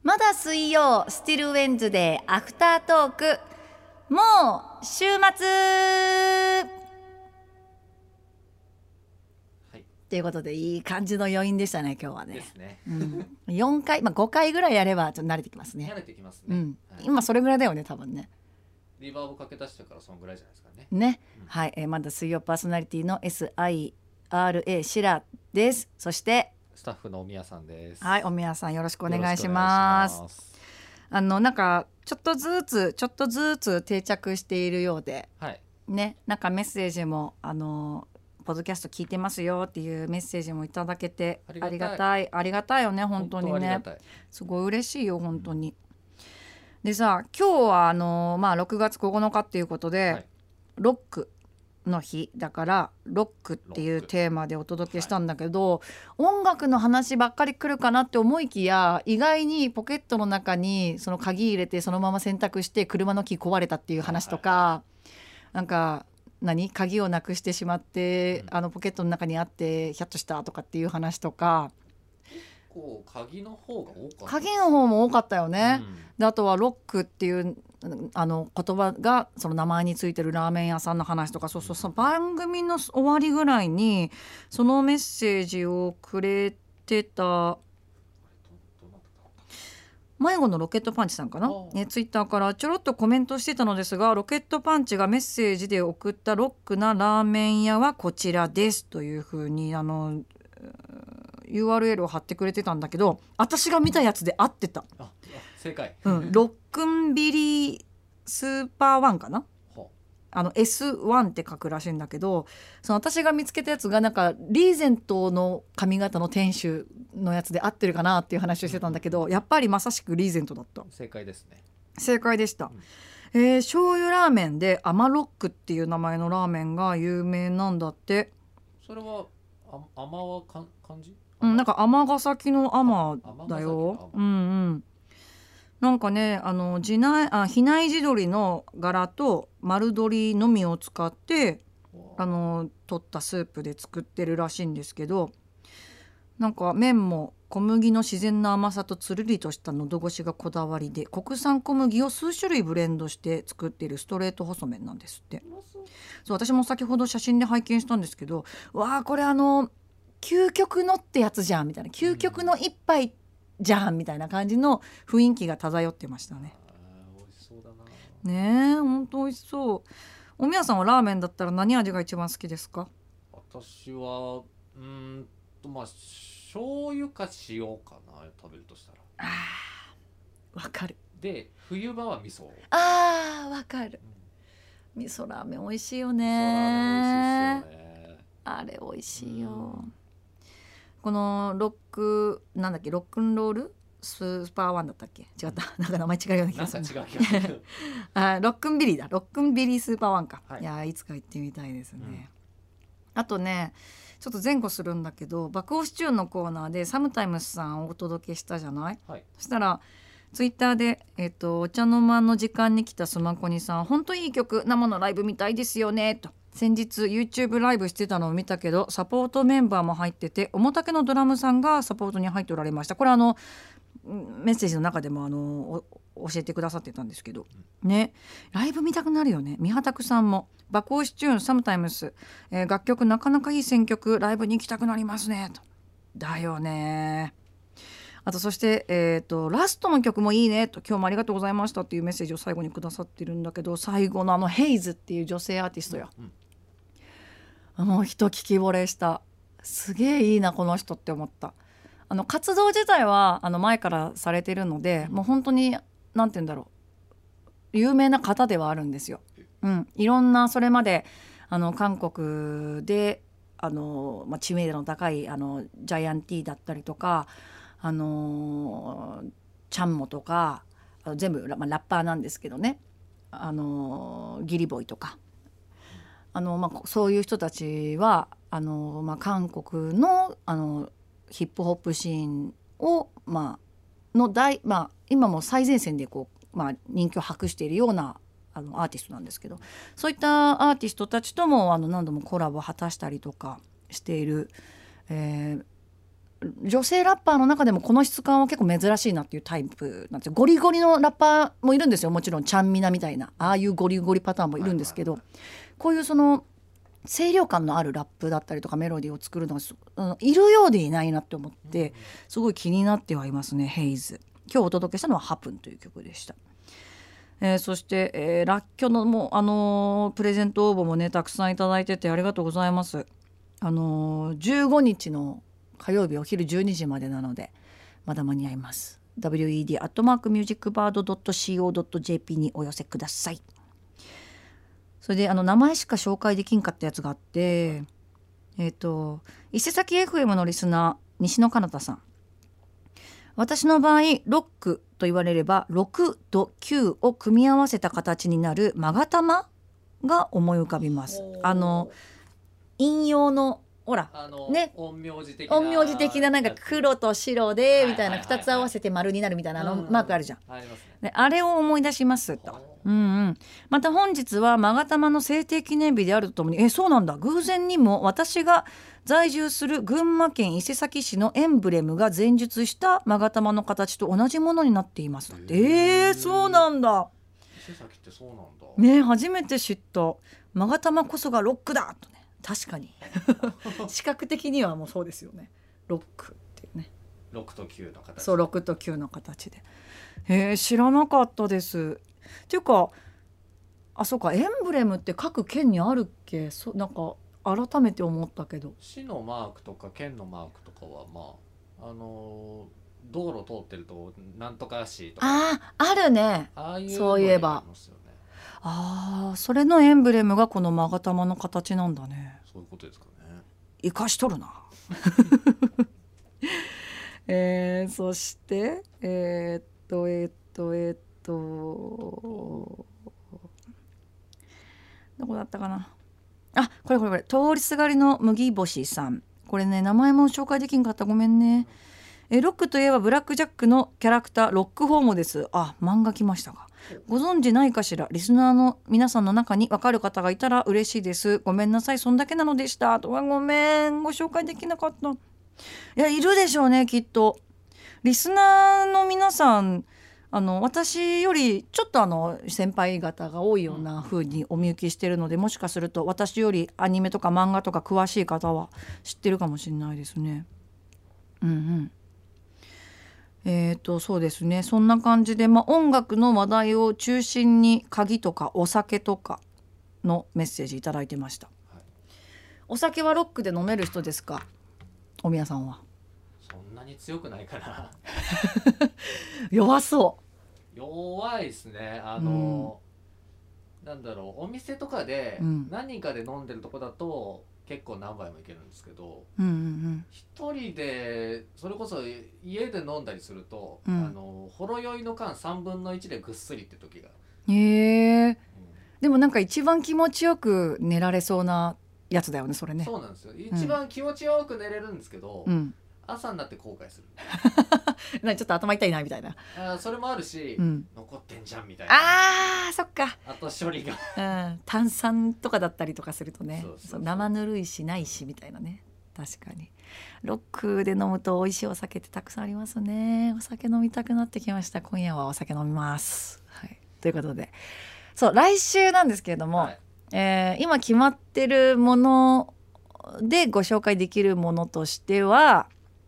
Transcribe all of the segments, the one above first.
まだ水曜スティルウェンズデーアフタートーク、もう週末、 はい、 ということでいい感じの余韻でしたね今日はね。 ですね。 4回、5回ぐらいやればちょっと慣れてきますね。 慣れてきますね。はい、 今それぐらいだよね多分ね。 リバーブかけ出してからそんぐらいじゃないですかね。 ね、はい、まだ水曜パーソナリティの SIRA シラです。そしてスタッフのおみやさんです。 はい、おみやさんよろしくお願いします。なんかちょっとずつ定着しているようで、 はい、 ね、なんかメッセージもポッドキャスト聞いてますよっていうメッセージもいただけてありがたいよね本当にね。すごい嬉しいよ本当に。でさ、今日は6月9日っていうことで、はい、ロックの日だからロックっていうテーマでお届けしたんだけど、音楽の話ばっかり来るかなって思いきや、意外にポケットの中にその鍵入れてそのまま洗濯して車のキー壊れたっていう話とか、なんか鍵をなくしてしまって、ポケットの中にあってヒャッとしたとかっていう話とか、 鍵の方が多かった。 鍵の方も多かったよね。であとはロックっていう言葉がその名前についてるラーメン屋さんの話とか、そう番組の終わりぐらいにそのメッセージをくれてた迷子のロケットパンチさんかな、ツイッターからちょろっとコメントしてたのですが、ロケットパンチがメッセージで送ったロックなラーメン屋はこちらですというふうにURL を貼ってくれてたんだけど、私が見たやつで合ってた。 正解、 ロックンビリースーパーワンかな、S1 って書くらしいんだけど、その私が見つけたやつがなんかリーゼントの髪型の店主のやつで合ってるかなっていう話をしてたんだけど、やっぱりまさしくリーゼントだった。 正解ですね。 正解でした。醤油ラーメンでアマロックっていう名前のラーメンが有名なんだって。 それはアマは漢字？ なんか尼崎の尼だよ。なんかね、比内地鶏の柄と丸鶏のみを使って取ったスープで作ってるらしいんですけど、なんか麺も小麦の自然な甘さとつるりとした喉越しがこだわりで、国産小麦を数種類ブレンドして作っているストレート細麺なんですって。そう、私も先ほど写真で拝見したんですけど、わあこれ究極のってやつじゃんみたいな、究極の一杯じゃんみたいな感じの雰囲気が漂ってましたね。 美味しそうだな。 ねえ、ほんと美味しそう。おみやさんはラーメンだったら何味が一番好きですか？ 私は醤油か塩かな、食べるとしたら。 わかる。 で冬場は味噌。 わかる、味噌ラーメン美味しいよね。 味噌ラーメン美味しいっすよね。 あれ美味しいよ。このロックロックンロールスーパーワンだったっけ？違った、なんか名前違うような気がする。 なんか違う気がするロックンビリーだ、ロックンビリースーパーワンか、いやいつか行ってみたいですね。あとね、ちょっと前後するんだけど、爆押シチューンのコーナーでサムタイムスさんをお届けしたじゃない、そしたらツイッターで、お茶の間の時間に来たスマコニさん、本当いい曲、生のライブ見たいですよねと。先日 YouTube ライブしてたのを見たけど、サポートメンバーも入ってて、重たけのドラムさんがサポートに入っておられました。これメッセージの中でも教えてくださってたんですけどね、ライブ見たくなるよね。三畑さんも爆押しチューンサムタイムス、楽曲なかなかいい選曲、ライブに行きたくなりますねと。だよね。あとそして、ラストの曲もいいねと、今日もありがとうございましたっていうメッセージを最後にくださってるんだけど、最後のヘイズっていう女性アーティストよ、もう一聞き惚れした。すげえいいなこの人って思った。活動自体は前からされてるので、もう本当になんて言うんだろう、有名な方ではあるんですよ。いろんなそれまで韓国で知名度の高いジャイアンティーだったりとか、チャンモとか全部ラッパーなんですけどね、ギリボイとかそういう人たちは韓国のヒップホップシーンを今も最前線で人気を博しているようなアーティストなんですけど、そういったアーティストたちとも何度もコラボを果たしたりとかしている、 女性ラッパーの中でもこの質感は結構珍しいなっていうタイプなんですよ。ゴリゴリのラッパーもいるんですよ。もちろんちゃんみなみたいなああいうゴリゴリパターンもいるんですけど、こういうその清涼感のあるラップだったりとかメロディーを作るのがいるようでいないなって思ってすごい気になってはいますね。ヘイズ、今日お届けしたのはハプンという曲でした。そして、らっきょのもプレゼント応募もねたくさんいただいててありがとうございます。15日の火曜日お昼12時までなのでまだ間に合います。 wed@musicbird.co.jp にお寄せください。それで名前しか紹介できんかったやつがあって、伊勢崎 FM のリスナー西野かなたさん、私の場合ロックと言われれば6と9を組み合わせた形になる勾玉が思い浮かびます。引用のほらね、 陰陽師的ななんか黒と白でみたいな2つ合わせて丸になるみたいなマークあるじゃん。あれを思い出しますと。また本日は勾玉の制定記念日であるとともにそうなんだ、偶然にも私が在住する群馬県伊勢崎市のエンブレムが前述した勾玉の形と同じものになっています。そうなんだ。 伊勢崎ってそうなんだね、初めて知った。勾玉こそがロックだとね。確かに視覚的にはもうそうですよね。ロックっていうね、 6と9の形。 そう6と9の形で。知らなかったです。っていうかそうか、エンブレムって各県にあるっけ。なんか改めて思ったけど、 市のマークとか県のマークとかは道路通ってるとなんとか市とかあるね。 ああいうそういえばそれのエンブレムがこの勾玉の形なんだね。 そういうことですかね。 生かしとるなそしてどこだったかな。これ通りすがりの麦星さん、これね名前も紹介できんかった、ごめんね。ロックといえばブラックジャックのキャラクターロックホームです。漫画来ましたが、ご存知ないかしら。リスナーの皆さんの中に分かる方がいたら嬉しいです。ごめんなさい、そんだけなのでした。ごめん、ご紹介できなかった。いるでしょうね、きっと。リスナーの皆さん私よりちょっと先輩方が多いような風にお見受けしてるので、もしかすると私よりアニメとか漫画とか詳しい方は知ってるかもしれないですね。そうですね、そんな感じで、音楽の話題を中心に鍵とかお酒とかのメッセージいただいてました。お酒はロックで飲める人ですか、おみやさんは。 そんなに強くないかな弱いですね。なんだろう、お店とかで何人かで飲んでるとこだと結構何杯もいけるんですけど、一人でそれこそ家で飲んだりすると、ほろ酔いの缶3分の1でぐっすりって時が。でもなんか一番気持ちよく寝られそうなやつだよね、それね。 そうなんですよ、一番気持ちよく寝れるんですけど、朝になって後悔するちょっと頭痛いなみたいな。 それもあるし、残ってんじゃんみたいな。そっか、 後処理が炭酸とかだったりとかするとね、生ぬるいしないしみたいなね。確かにロックで飲むと美味しいお酒ってたくさんありますね。お酒飲みたくなってきました。今夜はお酒飲みます、ということで、来週なんですけれども、今決まってるものでご紹介できるものとしては、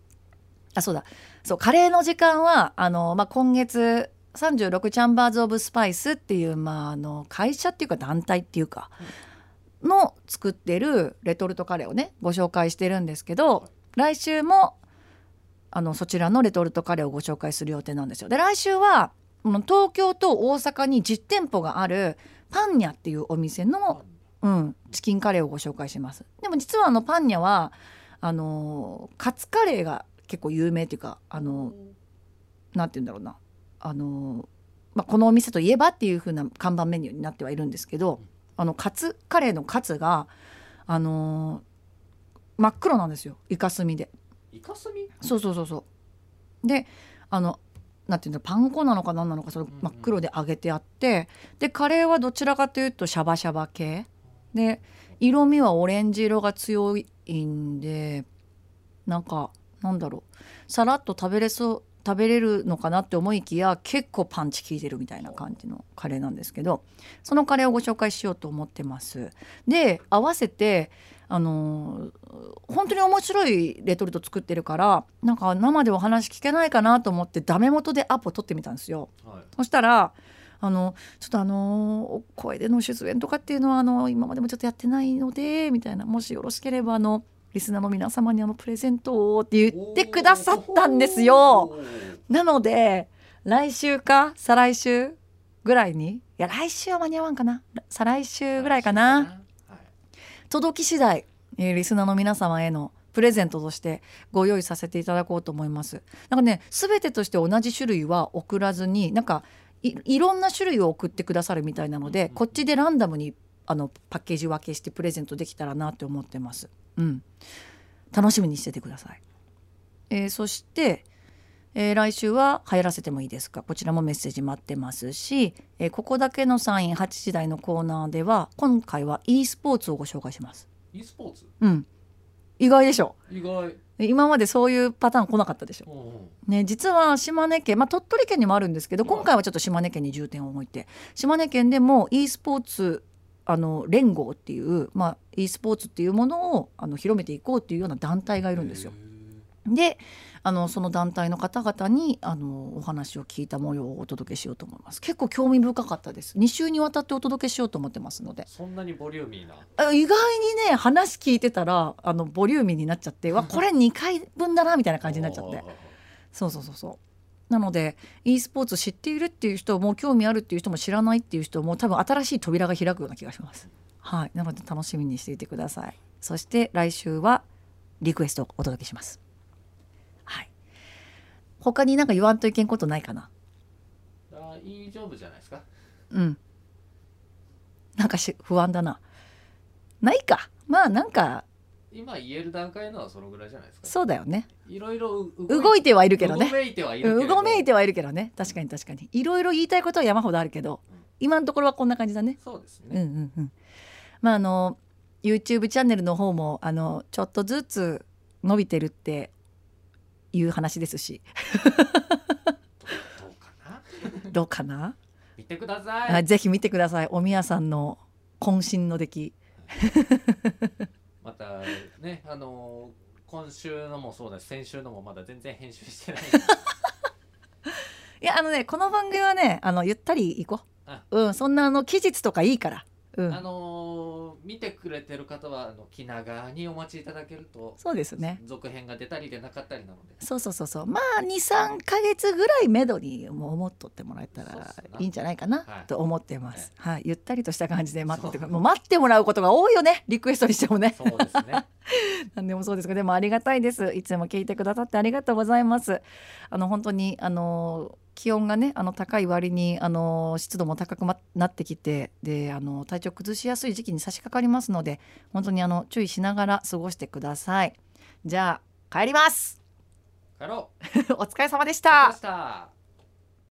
カレーの時間は今月36チャンバーズ・オブ・スパイスっていう、会社っていうか団体っていうかの作ってるレトルトカレーをねご紹介してるんですけど、来週もそちらのレトルトカレーをご紹介する予定なんですよ。で、来週は東京と大阪に実店舗があるパンニャっていうお店の、チキンカレーをご紹介します。でも実はパンニャはカツカレーが結構有名っていうか、なんて言うんだろうな、このお店といえばっていう風な看板メニューになってはいるんですけど、カツカレーのカツが真っ黒なんですよ、イカスミで。 イカスミ？ そうでなんていうの、パン粉なのか何なのか、それ真っ黒で揚げてあって、でカレーはどちらかというとシャバシャバ系で、色味はオレンジ色が強いんで、なんかなんだろう、さらっと食べれるのかなって思いきや結構パンチ効いてるみたいな感じのカレーなんですけど、そのカレーをご紹介しようと思ってます。で合わせて本当に面白いレトルト作ってるから、なんか生でお話聞けないかなと思ってダメ元でアポ取ってみたんですよ、はい、そしたらちょっとお声での出演とかっていうのは今までもちょっとやってないのでみたいな、もしよろしければリスナーの皆様にプレゼントをって言ってくださったんですよ。なので来週か再来週ぐらいに、いや来週は間に合わんかな、再来週ぐらいかな、届き次第、リスナーの皆様へのプレゼントとしてご用意させていただこうと思います。なんかね、全てとして同じ種類は送らずに、なんか いろんな種類を送ってくださるみたいなので、こっちでランダムにパッケージ分けしてプレゼントできたらなって思ってます。楽しみにしててください。そして、来週は流行らせてもいいですか、こちらもメッセージ待ってますし、ここだけのサイン8時台のコーナーでは今回は e スポーツをご紹介します。 e スポーツ、 意外でしょ。 意外。 今までそういうパターン来なかったでしょ、ね、実は島根県、鳥取県にもあるんですけど、今回はちょっと島根県に重点を置いて、島根県でも e スポーツ連合っていう、e スポーツっていうものを広めていこうっていうような団体がいるんですよ。でその団体の方々にお話を聞いた模様をお届けしようと思います。結構興味深かったです。2週にわたってお届けしようと思ってますので。 そんなにボリューミーな、意外にね話聞いてたらボリューミーになっちゃってわこれ2回分だなみたいな感じになっちゃってそうなので e スポーツ知っているっていう人も、興味あるっていう人も、知らないっていう人も多分新しい扉が開くような気がします。はい、なので楽しみにしていてください。そして来週はリクエストをお届けします。他になんか言わんといけんことないかな。 大丈夫じゃないですか。 なんか不安だな。ないか。なんか今言える段階のはそのぐらいじゃないですか。 そうだよね。 いろいろ動いてはいるけどね。 うごめいてはいるけどね。確かにいろいろ言いたいことは山ほどあるけど、今のところはこんな感じだね。 そうですね。 YouTube チャンネルの方もちょっとずつ伸びてるっていう話ですしどうかな見てください。 ぜひ見てください。おみやさんの渾身の出来またね、今週のもそうだし、先週のもまだ全然編集してないいやこの番組はねゆったりいこう。そんな期日とかいいから、見てくれてる方は気長にお待ちいただけると。 そうですね。 続編が出たり出なかったりなので。 そう 2,3 ヶ月ぐらいめどにもう思っとってもらえたらいいんじゃないかなと思ってます。ゆったりとした感じで待ってもう待ってもらうことが多いよね、リクエストにしてもね。 そうですね何でもそうですけど、でもありがたいです。いつも聞いてくださってありがとうございます。本当に気温がね高い割に湿度も高くなってきて、で体調崩しやすい時期に差し掛かりますので、本当に注意しながら過ごしてください。じゃあ帰ります。 帰ろうお疲れ様でした。